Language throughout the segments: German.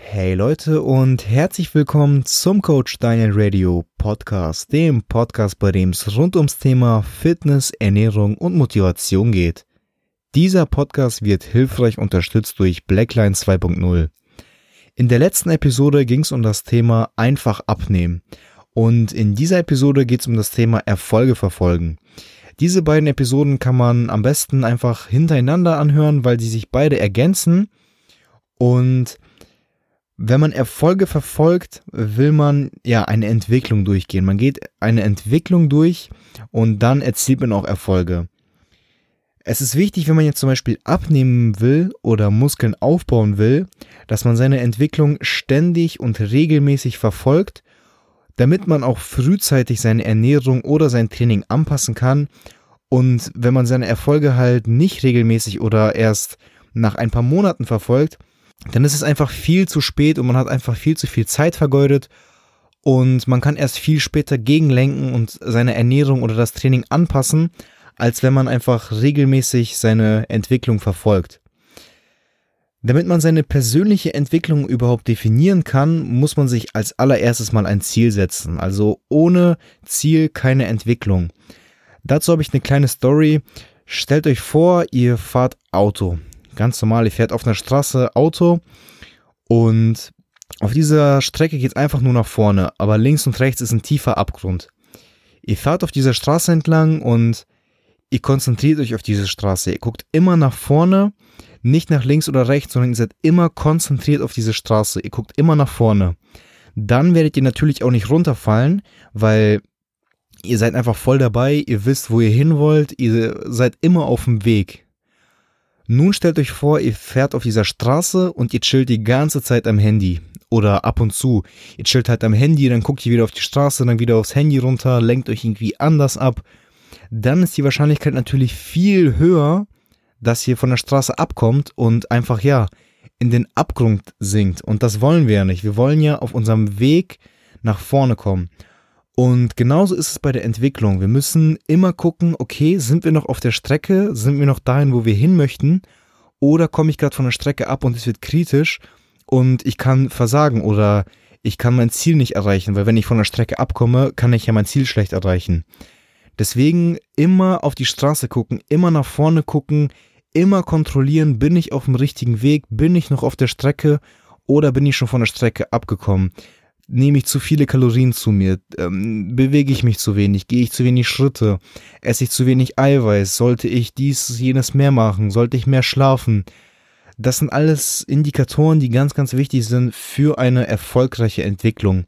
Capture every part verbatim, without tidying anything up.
Hey Leute und herzlich willkommen zum Coach Daniel Radio Podcast, dem Podcast, bei dem es rund ums Thema Fitness, Ernährung und Motivation geht. Dieser Podcast wird hilfreich unterstützt durch Blackline zwei Punkt null. In der letzten Episode ging es um das Thema einfach abnehmen und in dieser Episode geht es um das Thema Erfolge verfolgen. Diese beiden Episoden kann man am besten einfach hintereinander anhören, weil sie sich beide ergänzen. Und wenn man Erfolge verfolgt, will man ja eine Entwicklung durchgehen. Man geht eine Entwicklung durch und dann erzielt man auch Erfolge. Es ist wichtig, wenn man jetzt zum Beispiel abnehmen will oder Muskeln aufbauen will, dass man seine Entwicklung ständig und regelmäßig verfolgt, damit man auch frühzeitig seine Ernährung oder sein Training anpassen kann. Und wenn man seine Erfolge halt nicht regelmäßig oder erst nach ein paar Monaten verfolgt, dann ist es einfach viel zu spät und man hat einfach viel zu viel Zeit vergeudet und man kann erst viel später gegenlenken und seine Ernährung oder das Training anpassen, als wenn man einfach regelmäßig seine Entwicklung verfolgt. Damit man seine persönliche Entwicklung überhaupt definieren kann, muss man sich als allererstes mal ein Ziel setzen. Also ohne Ziel keine Entwicklung. Dazu habe ich eine kleine Story. Stellt euch vor, ihr fahrt Auto. Ganz normal, ihr fährt auf einer Straße Auto und auf dieser Strecke geht es einfach nur nach vorne, aber links und rechts ist ein tiefer Abgrund. Ihr fahrt auf dieser Straße entlang und ihr konzentriert euch auf diese Straße. Ihr guckt immer nach vorne, nicht nach links oder rechts, sondern ihr seid immer konzentriert auf diese Straße. Ihr guckt immer nach vorne. Dann werdet ihr natürlich auch nicht runterfallen, weil ihr seid einfach voll dabei, ihr wisst, wo ihr hin wollt, ihr seid immer auf dem Weg. Nun stellt euch vor, ihr fährt auf dieser Straße und ihr chillt die ganze Zeit am Handy. Oder ab und zu. Ihr chillt halt am Handy, dann guckt ihr wieder auf die Straße, dann wieder aufs Handy runter, lenkt euch irgendwie anders ab. Dann ist die Wahrscheinlichkeit natürlich viel höher, dass ihr von der Straße abkommt und einfach, ja, in den Abgrund sinkt. Und das wollen wir ja nicht. Wir wollen ja auf unserem Weg nach vorne kommen. Und genauso ist es bei der Entwicklung. Wir müssen immer gucken, okay, sind wir noch auf der Strecke? Sind wir noch dahin, wo wir hin möchten? Oder komme ich gerade von der Strecke ab und es wird kritisch und ich kann versagen oder ich kann mein Ziel nicht erreichen, weil wenn ich von der Strecke abkomme, kann ich ja mein Ziel schlecht erreichen. Deswegen immer auf die Straße gucken, immer nach vorne gucken, immer kontrollieren, bin ich auf dem richtigen Weg, bin ich noch auf der Strecke oder bin ich schon von der Strecke abgekommen? Nehme ich zu viele Kalorien zu mir, ähm, bewege ich mich zu wenig, gehe ich zu wenig Schritte, esse ich zu wenig Eiweiß, sollte ich dies, jenes mehr machen, sollte ich mehr schlafen. Das sind alles Indikatoren, die ganz, ganz wichtig sind für eine erfolgreiche Entwicklung.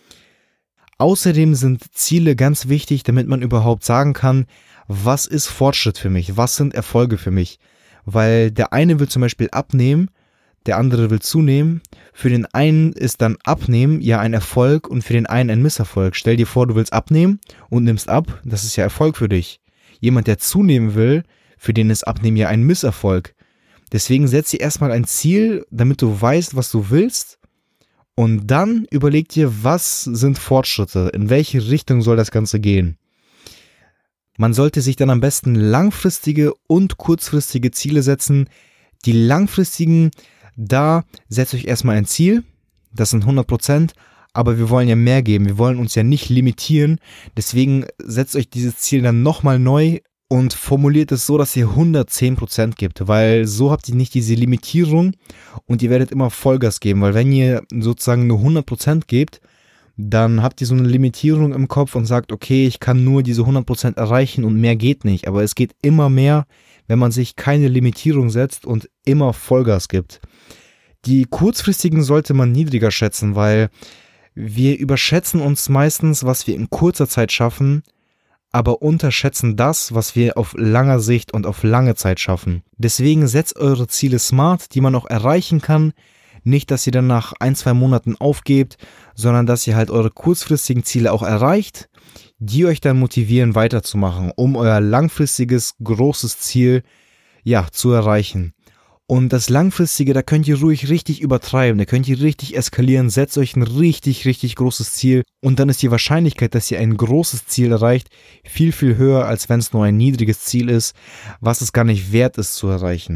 Außerdem sind Ziele ganz wichtig, damit man überhaupt sagen kann, was ist Fortschritt für mich, was sind Erfolge für mich. Weil der eine will zum Beispiel abnehmen, der andere will zunehmen. Für den einen ist dann Abnehmen ja ein Erfolg und für den einen ein Misserfolg. Stell dir vor, du willst abnehmen und nimmst ab, das ist ja Erfolg für dich. Jemand, der zunehmen will, für den ist Abnehmen ja ein Misserfolg. Deswegen setz dir erstmal ein Ziel, damit du weißt, was du willst und dann überleg dir, was sind Fortschritte, in welche Richtung soll das Ganze gehen. Man sollte sich dann am besten langfristige und kurzfristige Ziele setzen. Die langfristigen, da setzt euch erstmal ein Ziel, das sind hundert Prozent, aber wir wollen ja mehr geben, wir wollen uns ja nicht limitieren, deswegen setzt euch dieses Ziel dann nochmal neu und formuliert es so, dass ihr hundertzehn Prozent gibt, weil so habt ihr nicht diese Limitierung und ihr werdet immer Vollgas geben, weil wenn ihr sozusagen nur hundert Prozent gebt, dann habt ihr so eine Limitierung im Kopf und sagt, okay, ich kann nur diese hundert Prozent erreichen und mehr geht nicht, aber es geht immer mehr, wenn man sich keine Limitierung setzt und immer Vollgas gibt. Die kurzfristigen sollte man niedriger schätzen, weil wir überschätzen uns meistens, was wir in kurzer Zeit schaffen, aber unterschätzen das, was wir auf langer Sicht und auf lange Zeit schaffen. Deswegen setzt eure Ziele smart, die man auch erreichen kann. Nicht, dass ihr dann nach ein, zwei Monaten aufgebt, sondern dass ihr halt eure kurzfristigen Ziele auch erreicht, die euch dann motivieren, weiterzumachen, um euer langfristiges, großes Ziel, ja, zu erreichen. Und das Langfristige, da könnt ihr ruhig richtig übertreiben, da könnt ihr richtig eskalieren, setzt euch ein richtig, richtig großes Ziel und dann ist die Wahrscheinlichkeit, dass ihr ein großes Ziel erreicht, viel, viel höher, als wenn es nur ein niedriges Ziel ist, was es gar nicht wert ist zu erreichen.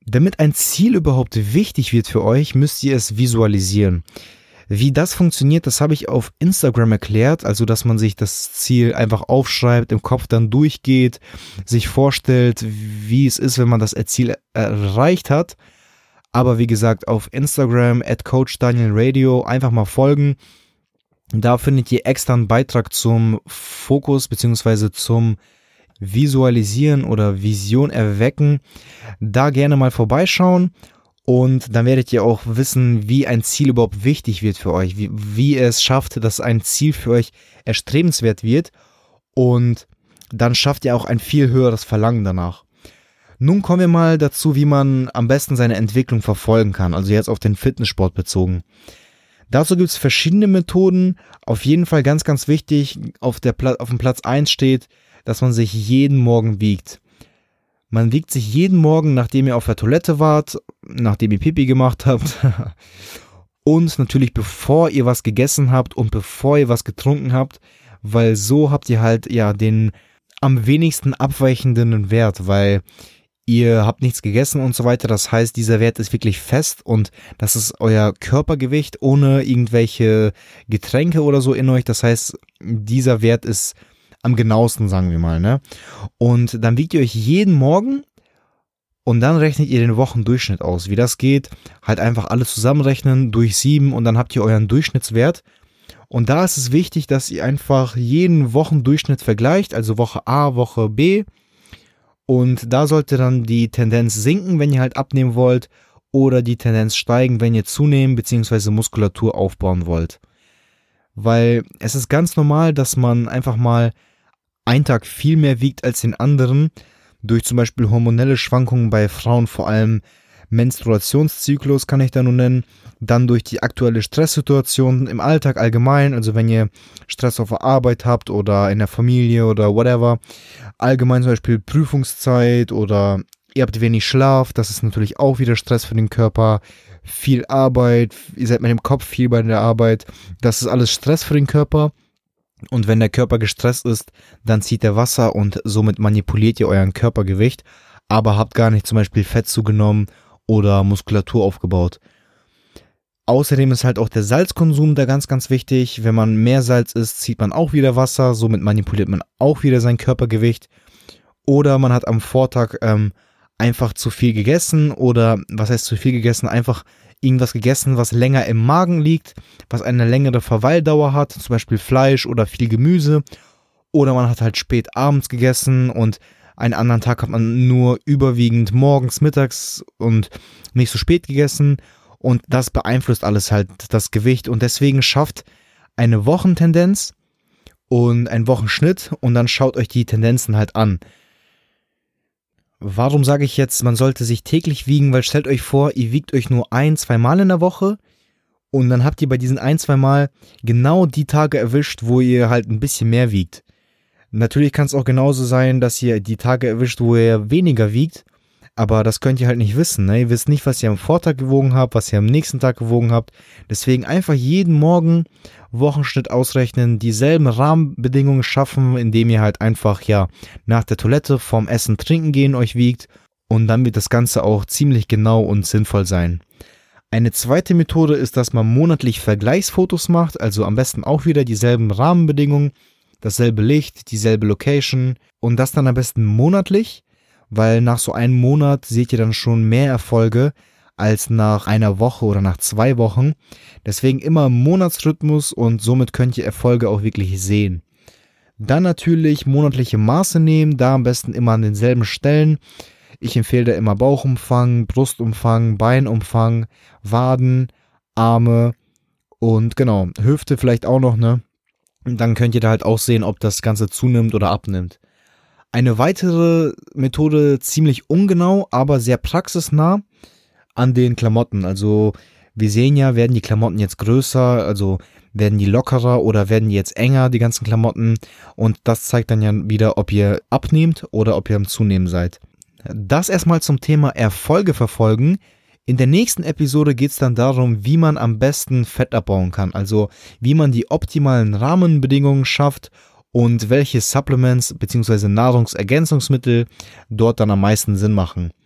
Damit ein Ziel überhaupt wichtig wird für euch, müsst ihr es visualisieren. Wie das funktioniert, das habe ich auf Instagram erklärt, also dass man sich das Ziel einfach aufschreibt, im Kopf dann durchgeht, sich vorstellt, wie es ist, wenn man das Ziel erreicht hat. Aber wie gesagt, auf Instagram at Coach Daniel Radio einfach mal folgen. Da findet ihr extra einen Beitrag zum Fokus bzw. zum Visualisieren oder Vision erwecken. Da gerne mal vorbeischauen. Und dann werdet ihr auch wissen, wie ein Ziel überhaupt wichtig wird für euch, wie, wie ihr es schafft, dass ein Ziel für euch erstrebenswert wird und dann schafft ihr auch ein viel höheres Verlangen danach. Nun kommen wir mal dazu, wie man am besten seine Entwicklung verfolgen kann, also jetzt auf den Fitnesssport bezogen. Dazu gibt es verschiedene Methoden, auf jeden Fall ganz, ganz wichtig, auf, der Pla- auf dem Platz eins steht, dass man sich jeden Morgen wiegt. Man wiegt sich jeden Morgen, nachdem ihr auf der Toilette wart, nachdem ihr Pipi gemacht habt und natürlich bevor ihr was gegessen habt und bevor ihr was getrunken habt, weil so habt ihr halt ja den am wenigsten abweichenden Wert, weil ihr habt nichts gegessen und so weiter. Das heißt, dieser Wert ist wirklich fest und das ist euer Körpergewicht ohne irgendwelche Getränke oder so in euch. Das heißt, dieser Wert ist am genauesten, sagen wir mal, ne? Und dann wiegt ihr euch jeden Morgen und dann rechnet ihr den Wochendurchschnitt aus. Wie das geht, halt einfach alles zusammenrechnen durch sieben und dann habt ihr euren Durchschnittswert. Und da ist es wichtig, dass ihr einfach jeden Wochendurchschnitt vergleicht, also Woche A, Woche B. Und da sollte dann die Tendenz sinken, wenn ihr halt abnehmen wollt, oder die Tendenz steigen, wenn ihr zunehmen bzw. Muskulatur aufbauen wollt. Weil es ist ganz normal, dass man einfach mal einen Tag viel mehr wiegt als den anderen, durch zum Beispiel hormonelle Schwankungen bei Frauen, vor allem Menstruationszyklus kann ich da nur nennen, dann durch die aktuelle Stresssituation im Alltag allgemein, also wenn ihr Stress auf der Arbeit habt oder in der Familie oder whatever, allgemein zum Beispiel Prüfungszeit oder ihr habt wenig Schlaf, das ist natürlich auch wieder Stress für den Körper, viel Arbeit, ihr seid mit dem Kopf viel bei der Arbeit, das ist alles Stress für den Körper. Und wenn der Körper gestresst ist, dann zieht er Wasser und somit manipuliert ihr euren Körpergewicht, aber habt gar nicht zum Beispiel Fett zugenommen oder Muskulatur aufgebaut. Außerdem ist halt auch der Salzkonsum da ganz, ganz wichtig. Wenn man mehr Salz isst, zieht man auch wieder Wasser, somit manipuliert man auch wieder sein Körpergewicht. Oder man hat am Vortag ähm, einfach zu viel gegessen oder, was heißt zu viel gegessen, einfach irgendwas gegessen, was länger im Magen liegt, was eine längere Verweildauer hat, zum Beispiel Fleisch oder viel Gemüse. Oder man hat halt spät abends gegessen und einen anderen Tag hat man nur überwiegend morgens, mittags und nicht so spät gegessen. Und das beeinflusst alles halt das Gewicht. Und deswegen schafft eine Wochentendenz und ein Wochenschnitt und dann schaut euch die Tendenzen halt an. Warum sage ich jetzt, man sollte sich täglich wiegen? Weil stellt euch vor, ihr wiegt euch nur ein, zwei Mal in der Woche und dann habt ihr bei diesen ein, zwei Mal genau die Tage erwischt, wo ihr halt ein bisschen mehr wiegt. Natürlich kann es auch genauso sein, dass ihr die Tage erwischt, wo ihr weniger wiegt, aber das könnt ihr halt nicht wissen. Ne? Ihr wisst nicht, was ihr am Vortag gewogen habt, was ihr am nächsten Tag gewogen habt. Deswegen einfach jeden Morgen Wochenschnitt ausrechnen, dieselben Rahmenbedingungen schaffen, indem ihr halt einfach ja nach der Toilette vorm Essen trinken gehen euch wiegt und dann wird das Ganze auch ziemlich genau und sinnvoll sein. Eine zweite Methode ist, dass man monatlich Vergleichsfotos macht, also am besten auch wieder dieselben Rahmenbedingungen, dasselbe Licht, dieselbe Location und das dann am besten monatlich, weil nach so einem Monat seht ihr dann schon mehr Erfolge als nach einer Woche oder nach zwei Wochen. Deswegen immer im Monatsrhythmus und somit könnt ihr Erfolge auch wirklich sehen. Dann natürlich monatliche Maße nehmen, da am besten immer an denselben Stellen. Ich empfehle da immer Bauchumfang, Brustumfang, Beinumfang, Waden, Arme und genau, Hüfte vielleicht auch noch, ne? Und dann könnt ihr da halt auch sehen, ob das Ganze zunimmt oder abnimmt. Eine weitere Methode, ziemlich ungenau, aber sehr praxisnah, an den Klamotten. Also wir sehen ja, werden die Klamotten jetzt größer, also werden die lockerer oder werden die jetzt enger, die ganzen Klamotten. Und das zeigt dann ja wieder, ob ihr abnehmt oder ob ihr am Zunehmen seid. Das erstmal zum Thema Erfolge verfolgen. In der nächsten Episode geht es dann darum, wie man am besten Fett abbauen kann. Also wie man die optimalen Rahmenbedingungen schafft und welche Supplements bzw. Nahrungsergänzungsmittel dort dann am meisten Sinn machen.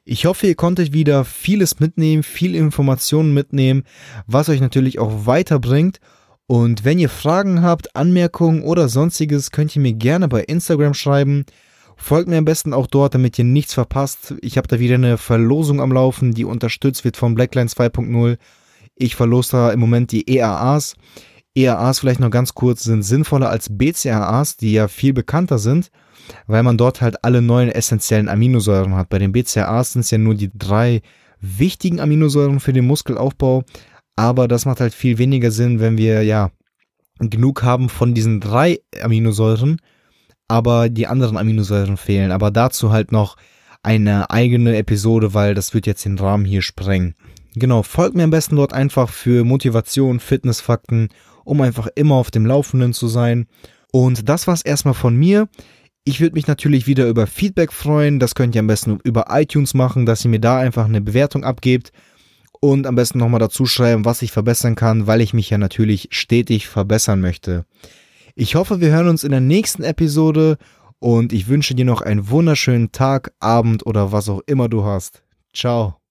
Ich hoffe, ihr konntet wieder vieles mitnehmen, viel Informationen mitnehmen, was euch natürlich auch weiterbringt. Und wenn ihr Fragen habt, Anmerkungen oder sonstiges, könnt ihr mir gerne bei Instagram schreiben. Folgt mir am besten auch dort, damit ihr nichts verpasst. Ich habe da wieder eine Verlosung am Laufen, die unterstützt wird von Blackline zwei Punkt null. Ich verlose da im Moment die E A As. E A As vielleicht noch ganz kurz sind sinnvoller als B C A As, die ja viel bekannter sind, weil man dort halt alle neuen essentiellen Aminosäuren hat. Bei den B C A As sind es ja nur die drei wichtigen Aminosäuren für den Muskelaufbau, aber das macht halt viel weniger Sinn, wenn wir ja genug haben von diesen drei Aminosäuren, aber die anderen Aminosäuren fehlen. Aber dazu halt noch eine eigene Episode, weil das wird jetzt den Rahmen hier sprengen. Genau, folgt mir am besten dort einfach für Motivation, Fitnessfakten, um einfach immer auf dem Laufenden zu sein. Und das war's erstmal von mir. Ich würde mich natürlich wieder über Feedback freuen. Das könnt ihr am besten über iTunes machen, dass ihr mir da einfach eine Bewertung abgebt. Und am besten nochmal dazu schreiben, was ich verbessern kann, weil ich mich ja natürlich stetig verbessern möchte. Ich hoffe, wir hören uns in der nächsten Episode und ich wünsche dir noch einen wunderschönen Tag, Abend oder was auch immer du hast. Ciao.